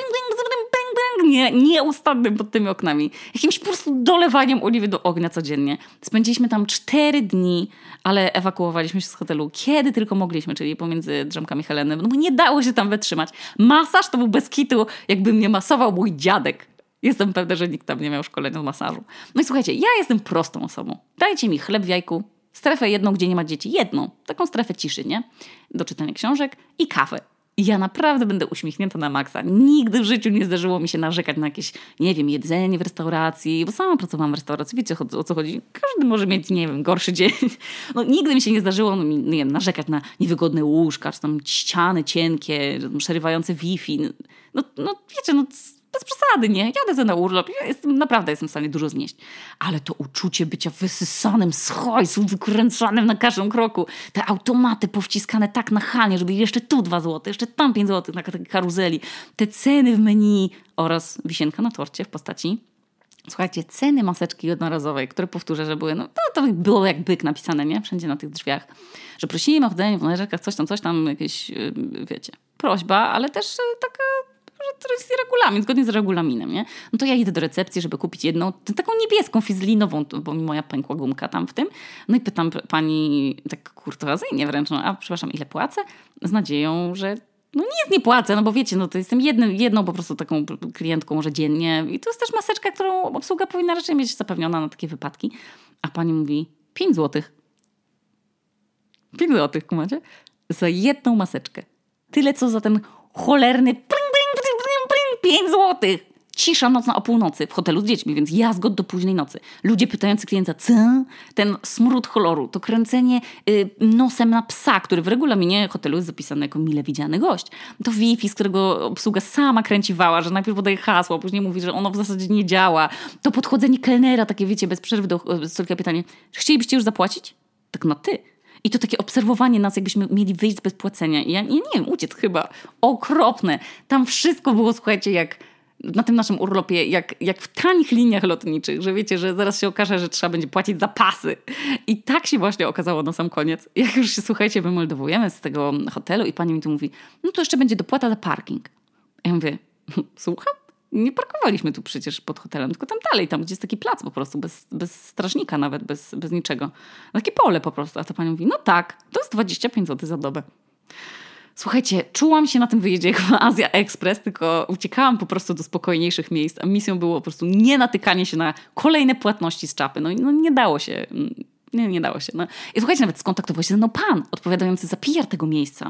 nieustannym pod tymi oknami. Jakimś po prostu dolewaniem oliwy do ognia codziennie. Spędziliśmy tam 4 dni, ale ewakuowaliśmy się z hotelu kiedy tylko mogliśmy, czyli pomiędzy drzemkami Heleny, no bo nie dało się tam wytrzymać. Masaż to był bez kitu, jakby mnie masował mój dziadek. Jestem pewna, że nikt tam nie miał szkolenia z masażu. No i słuchajcie, ja jestem prostą osobą. Dajcie mi chleb w jajku, strefę jedną, gdzie nie ma dzieci. Jedną. Taką strefę ciszy, nie? Do czytania książek i kawę. I ja naprawdę będę uśmiechnięta na maksa. Nigdy w życiu nie zdarzyło mi się narzekać na jakieś, nie wiem, jedzenie w restauracji, bo sama pracowałam w restauracji. Wiecie, o co chodzi? Każdy może mieć, nie wiem, gorszy dzień. No, nigdy mi się nie zdarzyło, no, nie wiem, narzekać na niewygodne łóżka, czy tam ściany cienkie, przerywające Wi-Fi. No wiecie, no bez przesady, nie? Jadę ze na urlop, naprawdę jestem w stanie dużo znieść. Ale to uczucie bycia wysysanym z hajsu, wykręcanym na każdym kroku, te automaty powciskane tak nachalnie, żeby jeszcze tu 2 zł, jeszcze tam 5 zł na takiej karuzeli, te ceny w menu oraz wisienka na torcie w postaci, słuchajcie, ceny maseczki jednorazowej, które powtórzę, że były, no to było jak byk napisane, nie? Wszędzie na tych drzwiach, że prosimy o chodzenie w należekach, coś tam, jakieś, wiecie, prośba, ale też taka, że to jest regulamin, zgodnie z regulaminem, nie? No to ja idę do recepcji, żeby kupić jedną, taką niebieską, fizlinową, bo mi moja pękła gumka tam w tym. No i pytam pani tak kurtuazyjnie wręcz, no a przepraszam, ile płacę? Z nadzieją, że No nic nie płacę, no bo wiecie, no to jestem jedną po prostu taką klientką może dziennie i to jest też maseczka, którą obsługa powinna raczej mieć zapewniona na takie wypadki. A pani mówi 5 złotych. 5 złotych, kumacie? Za jedną maseczkę. Tyle co za ten cholerny 5 złotych. Cisza nocna o północy w hotelu z dziećmi, więc jazgot do późnej nocy. Ludzie pytający klienta, co? Ten smród chloru, to kręcenie nosem na psa, który w regulaminie hotelu jest zapisany jako mile widziany gość. To Wi-Fi, z którego obsługa sama kręci wała, że najpierw podaje hasło, później mówi, że ono w zasadzie nie działa. To podchodzenie kelnera, takie wiecie, bez przerwy do stolika pytanie, chcielibyście już zapłacić? Tak na ty. I to takie obserwowanie nas, jakbyśmy mieli wyjść bez płacenia. I ja nie wiem, uciec chyba. Okropne. Tam wszystko było, słuchajcie, jak na tym naszym urlopie, jak w tanich liniach lotniczych, że wiecie, że zaraz się okaże, że trzeba będzie płacić za pasy. I tak się właśnie okazało na sam koniec. Jak już się, słuchajcie, wymeldowujemy z tego hotelu i pani mi tu mówi, no to jeszcze będzie dopłata za parking. A ja mówię, słucham? Nie parkowaliśmy tu przecież pod hotelem, tylko tam dalej, tam gdzie jest taki plac po prostu, bez strażnika nawet, bez niczego. Takie pole po prostu. A ta pani mówi, no tak, to jest 25 zł za dobę. Słuchajcie, czułam się na tym wyjeździe jak w Azja Express, tylko uciekałam po prostu do spokojniejszych miejsc, a misją było po prostu nie natykanie się na kolejne płatności z czapy. No nie dało się. Nie dało się. No. I słuchajcie, nawet skontaktował się ze mną pan odpowiadający za PR tego miejsca.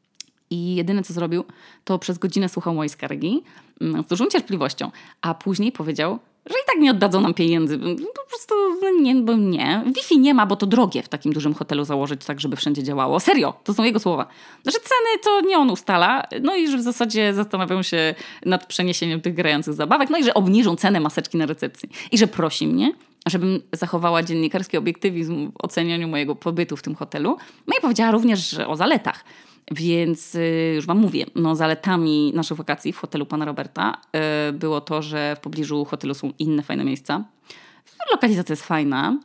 I jedyne, co zrobił, to przez godzinę słuchał mojej skargi z dużą cierpliwością, a później powiedział, że i tak nie oddadzą nam pieniędzy. Po prostu nie. Wi-Fi nie ma, bo to drogie w takim dużym hotelu założyć tak, żeby wszędzie działało. Serio, to są jego słowa. Że ceny to nie on ustala, no i że w zasadzie zastanawiają się nad przeniesieniem tych grających zabawek, no i że obniżą cenę maseczki na recepcji. I że prosi mnie, żebym zachowała dziennikarski obiektywizm w ocenianiu mojego pobytu w tym hotelu. No i powiedziała również że o zaletach. Więc już wam mówię, no zaletami naszych wakacji w hotelu pana Roberta było to, że w pobliżu hotelu są inne fajne miejsca. Lokalizacja jest fajna.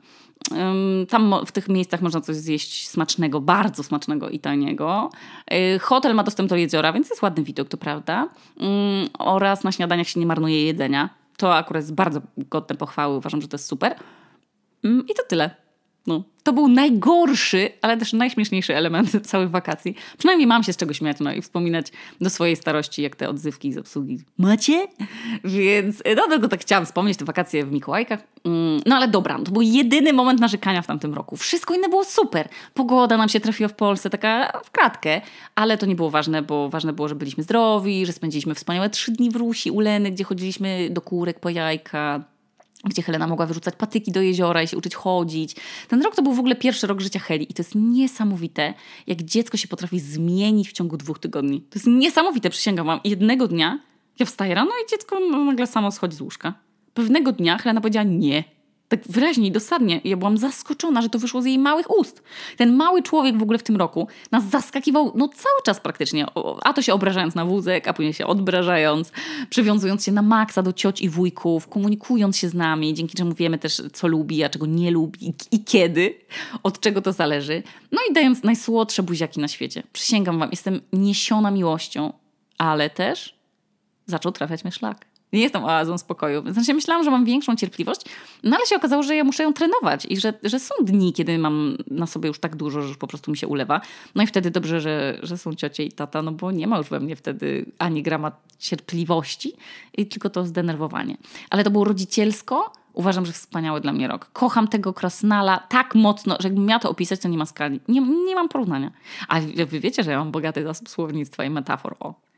Tam w tych miejscach można coś zjeść smacznego, bardzo smacznego i taniego. Hotel ma dostęp do jeziora, więc jest ładny widok, to prawda. Oraz na śniadaniach się nie marnuje jedzenia. To akurat jest bardzo godne pochwały. Uważam, że to jest super. I to tyle. No, to był najgorszy, ale też najśmieszniejszy element całych wakacji. Przynajmniej mam się z czego śmiać, no i wspominać do swojej starości, jak te odzywki z obsługi. Macie? Więc no tylko tak chciałam wspomnieć te wakacje w Mikołajkach. No ale dobra, to był jedyny moment narzekania w tamtym roku. Wszystko inne było super. Pogoda nam się trafiła w Polsce, taka w kratkę, ale to nie było ważne, bo ważne było, że byliśmy zdrowi, że spędziliśmy wspaniałe 3 dni w Rusi u Leny, gdzie chodziliśmy do kórek po jajka, gdzie Helena mogła wyrzucać patyki do jeziora i się uczyć chodzić. Ten rok to był w ogóle pierwszy rok życia Heli i to jest niesamowite, jak dziecko się potrafi zmienić w ciągu 2 tygodni. To jest niesamowite, przysięgam wam. Jednego dnia ja wstaję rano i dziecko nagle samo schodzi z łóżka. Pewnego dnia Helena powiedziała nie. Tak wyraźnie i dosadnie. Ja byłam zaskoczona, że to wyszło z jej małych ust. Ten mały człowiek w ogóle w tym roku nas zaskakiwał cały czas praktycznie. A to się obrażając na wózek, a później się odbrażając, przywiązując się na maksa do cioć i wujków, komunikując się z nami, dzięki czemu wiemy też, co lubi, a czego nie lubi i kiedy, od czego to zależy. No i dając najsłodsze buziaki na świecie. Przysięgam wam, jestem niesiona miłością, ale też zaczął trafiać mnie szlak. Nie jestem oazą spokoju. W sensie myślałam, że mam większą cierpliwość, no ale się okazało, że ja muszę ją trenować i że są dni, kiedy mam na sobie już tak dużo, że już po prostu mi się ulewa. No i wtedy dobrze, że są ciocie i tata, no bo nie ma już we mnie wtedy ani grama cierpliwości, tylko to zdenerwowanie. Ale to było rodzicielsko. Uważam, że wspaniały dla mnie rok. Kocham tego krasnala tak mocno, że jakbym miała to opisać, to nie ma skali. Nie mam porównania. A wy wiecie, że ja mam bogaty zasób słownictwa i metafor.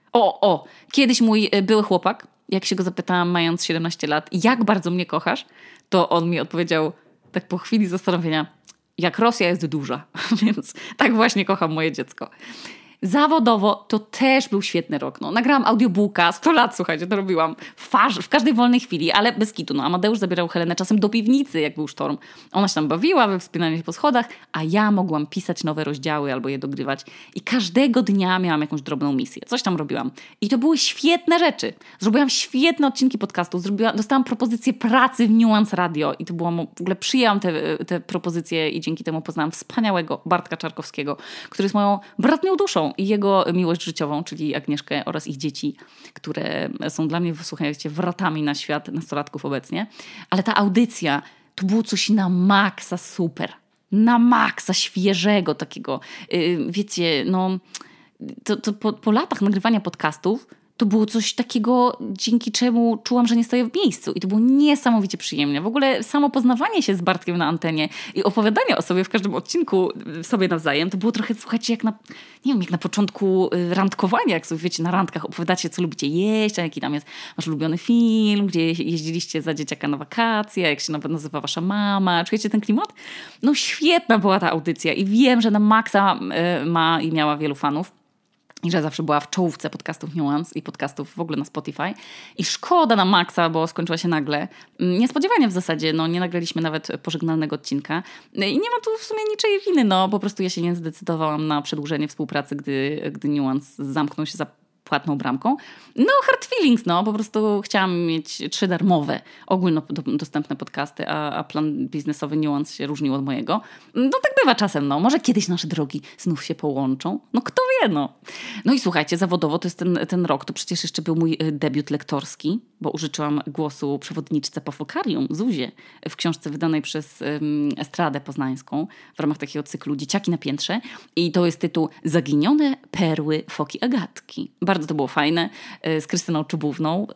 Kiedyś mój były chłopak, jak się go zapytałam, mając 17 lat, jak bardzo mnie kochasz, to on mi odpowiedział tak po chwili zastanowienia, jak Rosja jest duża. Więc tak właśnie kocham moje dziecko. Zawodowo to też był świetny rok. No, nagrałam audiobooka, 100 lat, słuchajcie, to robiłam w każdej wolnej chwili, ale bez kitu. No, Amadeusz zabierał Helenę czasem do piwnicy, jak był sztorm. Ona się tam bawiła, we wspinaniu się po schodach, a ja mogłam pisać nowe rozdziały albo je dogrywać. I każdego dnia miałam jakąś drobną misję. Coś tam robiłam. I to były świetne rzeczy. Zrobiłam świetne odcinki podcastu. Dostałam propozycję pracy w Nuance Radio i to było w ogóle przyjęłam te propozycje i dzięki temu poznałam wspaniałego Bartka Czarkowskiego, który jest moją bratnią duszą i jego miłość życiową, czyli Agnieszkę oraz ich dzieci, które są dla mnie, słuchajcie, wrotami na świat nastolatków obecnie. Ale ta audycja to było coś na maksa super. Na maksa świeżego takiego, wiecie, no to po latach nagrywania podcastów to było coś takiego, dzięki czemu czułam, że nie stoję w miejscu. I to było niesamowicie przyjemne. W ogóle samo poznawanie się z Bartkiem na antenie i opowiadanie o sobie w każdym odcinku sobie nawzajem, to było trochę, słuchajcie, jak na początku randkowania, jak sobie, wiecie, na randkach opowiadacie, co lubicie jeść, a jaki tam jest wasz ulubiony film, gdzie jeździliście za dzieciaka na wakacje, jak się nawet nazywa wasza mama. Czujecie ten klimat? No świetna była ta audycja i wiem, że na maksa ma i miała wielu fanów. I że zawsze była w czołówce podcastów Nuance i podcastów w ogóle na Spotify. I szkoda na maksa, bo skończyła się nagle. Niespodziewanie w zasadzie, nie nagraliśmy nawet pożegnalnego odcinka. I nie ma tu w sumie niczej winy, po prostu ja się nie zdecydowałam na przedłużenie współpracy, gdy Nuance zamknął się za płatną bramką. Hard feelings, po prostu chciałam mieć 3 darmowe, ogólnodostępne podcasty, a plan biznesowy Nuance się różnił od mojego. Tak bywa czasem, może kiedyś nasze drogi znów się połączą. Kto wie, No i słuchajcie, zawodowo to jest ten rok, to przecież jeszcze był mój debiut lektorski, bo użyczyłam głosu przewodniczce po Fokarium, Zuzie, w książce wydanej przez Estradę Poznańską w ramach takiego cyklu Dzieciaki na piętrze. I to jest tytuł Zaginione perły Foki Agatki. Bardzo to było fajne. Z Krystyną Czubówną.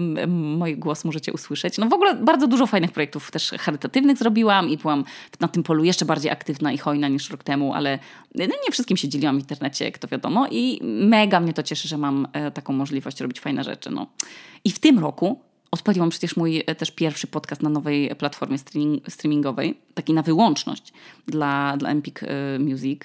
Mój głos możecie usłyszeć. W ogóle bardzo dużo fajnych projektów też charytatywnych zrobiłam i byłam na tym polu jeszcze bardziej aktywna i hojna niż rok temu, ale nie wszystkim się dzieliłam w internecie, jak to wiadomo. I mega mnie to cieszy, że mam taką możliwość robić fajne rzeczy. I w tym roku odpaliłam przecież mój też pierwszy podcast na nowej platformie streamingowej, taki na wyłączność dla Empik Music.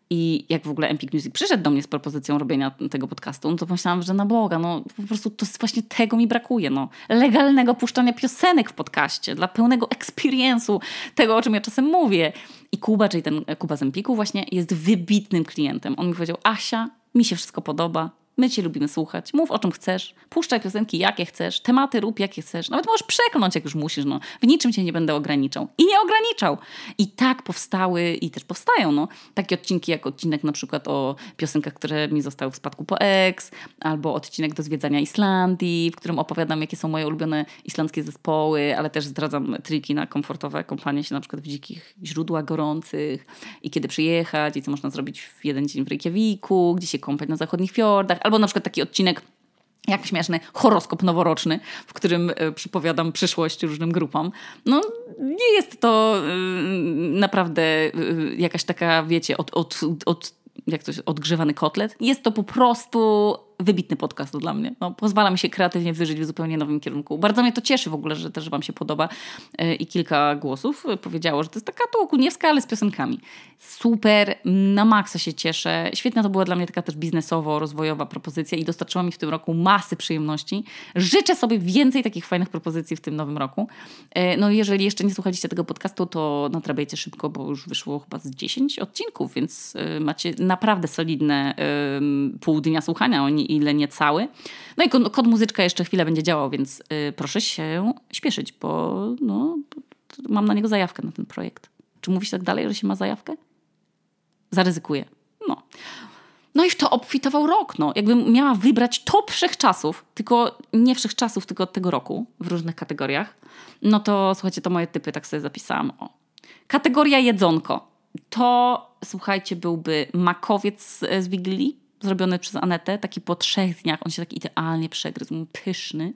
I jak w ogóle Empik Music przyszedł do mnie z propozycją robienia tego podcastu, to pomyślałam, że na Boga, po prostu to właśnie tego mi brakuje. Legalnego puszczania piosenek w podcaście, dla pełnego experience'u tego, o czym ja czasem mówię. I Kuba, czyli ten Kuba z Empiku właśnie, jest wybitnym klientem. On mi powiedział: Asia, mi się wszystko podoba. My cię lubimy słuchać. Mów o czym chcesz. Puszczaj piosenki jakie chcesz. Tematy rób jakie chcesz. Nawet możesz przekląć jak już musisz. W niczym cię nie będę ograniczał. I nie ograniczał. I tak powstały i też powstają takie odcinki jak odcinek na przykład o piosenkach, które mi zostały w spadku po ex. Albo odcinek do zwiedzania Islandii, w którym opowiadam, jakie są moje ulubione islandzkie zespoły, ale też zdradzam triki na komfortowe kąpanie się na przykład w dzikich źródłach gorących i kiedy przyjechać i co można zrobić w jeden dzień w Reykjaviku, gdzie się kąpać na zachodnich fiordach. Albo na przykład taki odcinek, jak śmieszny, horoskop noworoczny, w którym przypowiadam przyszłość różnym grupom. Nie jest to naprawdę jakaś taka, wiecie, odgrzewany kotlet. Jest to po prostu wybitny podcast dla mnie. Pozwala mi się kreatywnie wyżyć w zupełnie nowym kierunku. Bardzo mnie to cieszy w ogóle, że też wam się podoba i kilka głosów powiedziało, że to jest taka Tułkuniewska, ale z piosenkami. Super, na maksa się cieszę. Świetna to była dla mnie taka też biznesowo-rozwojowa propozycja i dostarczyła mi w tym roku masy przyjemności. Życzę sobie więcej takich fajnych propozycji w tym nowym roku. Jeżeli jeszcze nie słuchaliście tego podcastu, to nadrabiajcie szybko, bo już wyszło chyba z 10 odcinków, więc macie naprawdę solidne pół dnia słuchania, ile nie cały. I kod muzyczka jeszcze chwilę będzie działał, więc proszę się śpieszyć, bo mam na niego zajawkę, na ten projekt. Czy mówisz tak dalej, że się ma zajawkę? Zaryzykuję. I w to obfitował rok. Jakbym miała wybrać top wszechczasów, tylko nie wszechczasów, tylko od tego roku w różnych kategoriach, to słuchajcie, to moje typy, tak sobie zapisałam. Kategoria jedzonko. To, słuchajcie, byłby makowiec z Wigilii, zrobiony przez Anetę, taki po 3 dniach. On się tak idealnie przegryzł, pyszny.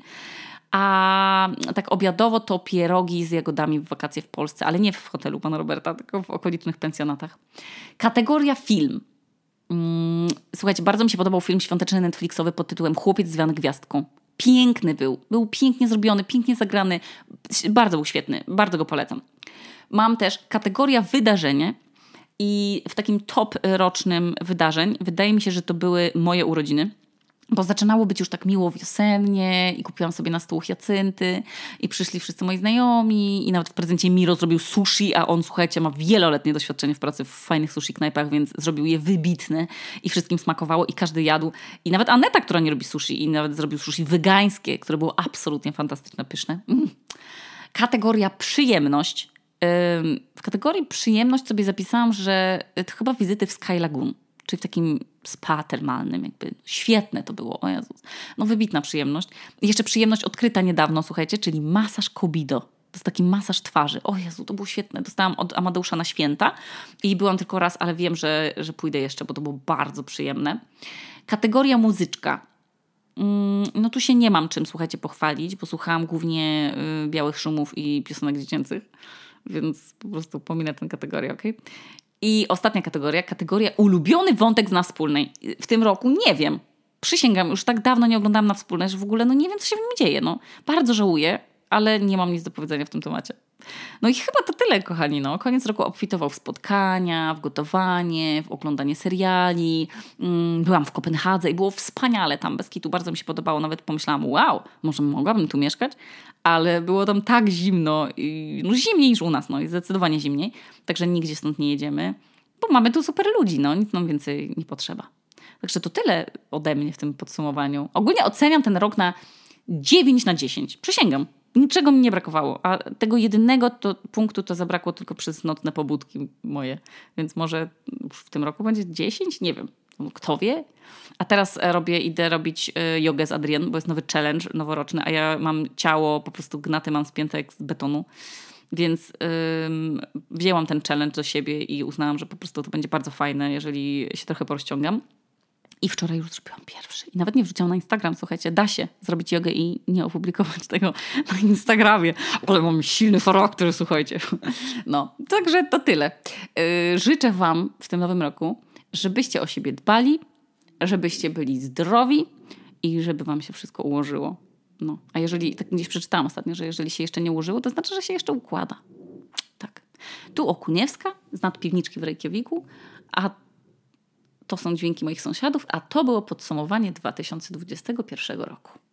A tak obiadowo to pierogi z jagodami w wakacje w Polsce, ale nie w hotelu pana Roberta, tylko w okolicznych pensjonatach. Kategoria film. Słuchajcie, bardzo mi się podobał film świąteczny Netflixowy pod tytułem Chłopiec zwiany gwiazdką. Piękny był. Był pięknie zrobiony, pięknie zagrany. Bardzo był świetny. Bardzo go polecam. Mam też kategoria wydarzenie. I w takim top rocznym wydarzeń wydaje mi się, że to były moje urodziny, bo zaczynało być już tak miło wiosennie i kupiłam sobie na stół hiacynty i przyszli wszyscy moi znajomi i nawet w prezencie Miro zrobił sushi, a on, słuchajcie, ma wieloletnie doświadczenie w pracy w fajnych sushi knajpach, więc zrobił je wybitne i wszystkim smakowało i każdy jadł. I nawet Aneta, która nie robi sushi i nawet zrobił sushi wegańskie, które było absolutnie fantastyczne, pyszne. Kategoria przyjemność. W kategorii przyjemność sobie zapisałam, że to chyba wizyty w Sky Lagoon, czyli w takim spa termalnym jakby. Świetne to było, o Jezus. Wybitna przyjemność. I jeszcze przyjemność odkryta niedawno, słuchajcie, czyli masaż Kobido. To jest taki masaż twarzy. O Jezu, to było świetne. Dostałam od Amadeusza na święta i byłam tylko raz, ale wiem, że pójdę jeszcze, bo to było bardzo przyjemne. Kategoria muzyczka. No tu się nie mam czym, słuchajcie, pochwalić, bo słuchałam głównie białych szumów i piosenek dziecięcych, więc po prostu pominę tę kategorię, okej? I ostatnia kategoria ulubiony wątek z Na Wspólnej. W tym roku nie wiem. Przysięgam, już tak dawno nie oglądałam Na Wspólnej, że w ogóle nie wiem, co się w nim dzieje. Bardzo żałuję, ale nie mam nic do powiedzenia w tym temacie. No i chyba to tyle, kochani. Koniec roku obfitował w spotkania, w gotowanie, w oglądanie seriali. Byłam w Kopenhadze i było wspaniale tam, bez kitu. Bardzo mi się podobało. Nawet pomyślałam, wow, może mogłabym tu mieszkać? Ale było tam tak zimno. Zimniej niż u nas, i zdecydowanie zimniej. Także nigdzie stąd nie jedziemy, bo mamy tu super ludzi. Nic nam więcej nie potrzeba. Także to tyle ode mnie w tym podsumowaniu. Ogólnie oceniam ten rok na 9/10. Przysięgam. Niczego mi nie brakowało, a tego jedynego punktu to zabrakło tylko przez nocne pobudki moje. Więc może już w tym roku będzie 10? Nie wiem. Kto wie? A teraz idę robić jogę z Adrian, bo jest nowy challenge noworoczny, a ja mam ciało po prostu gnate, mam spięte jak z betonu. Więc wzięłam ten challenge do siebie i uznałam, że po prostu to będzie bardzo fajne, jeżeli się trochę porozciągam. I wczoraj już zrobiłam pierwszy. I nawet nie wrzuciłam na Instagram. Słuchajcie, da się zrobić jogę i nie opublikować tego na Instagramie. Ale mam silny charakter, słuchajcie. Także to tyle. Życzę wam w tym nowym roku, żebyście o siebie dbali, żebyście byli zdrowi i żeby wam się wszystko ułożyło. A jeżeli, tak gdzieś przeczytałam ostatnio, że jeżeli się jeszcze nie ułożyło, to znaczy, że się jeszcze układa. Tak. Tu Okuniewska z Nadpiwniczki w Reykjaviku, a to są dźwięki moich sąsiadów, a to było podsumowanie 2021 roku.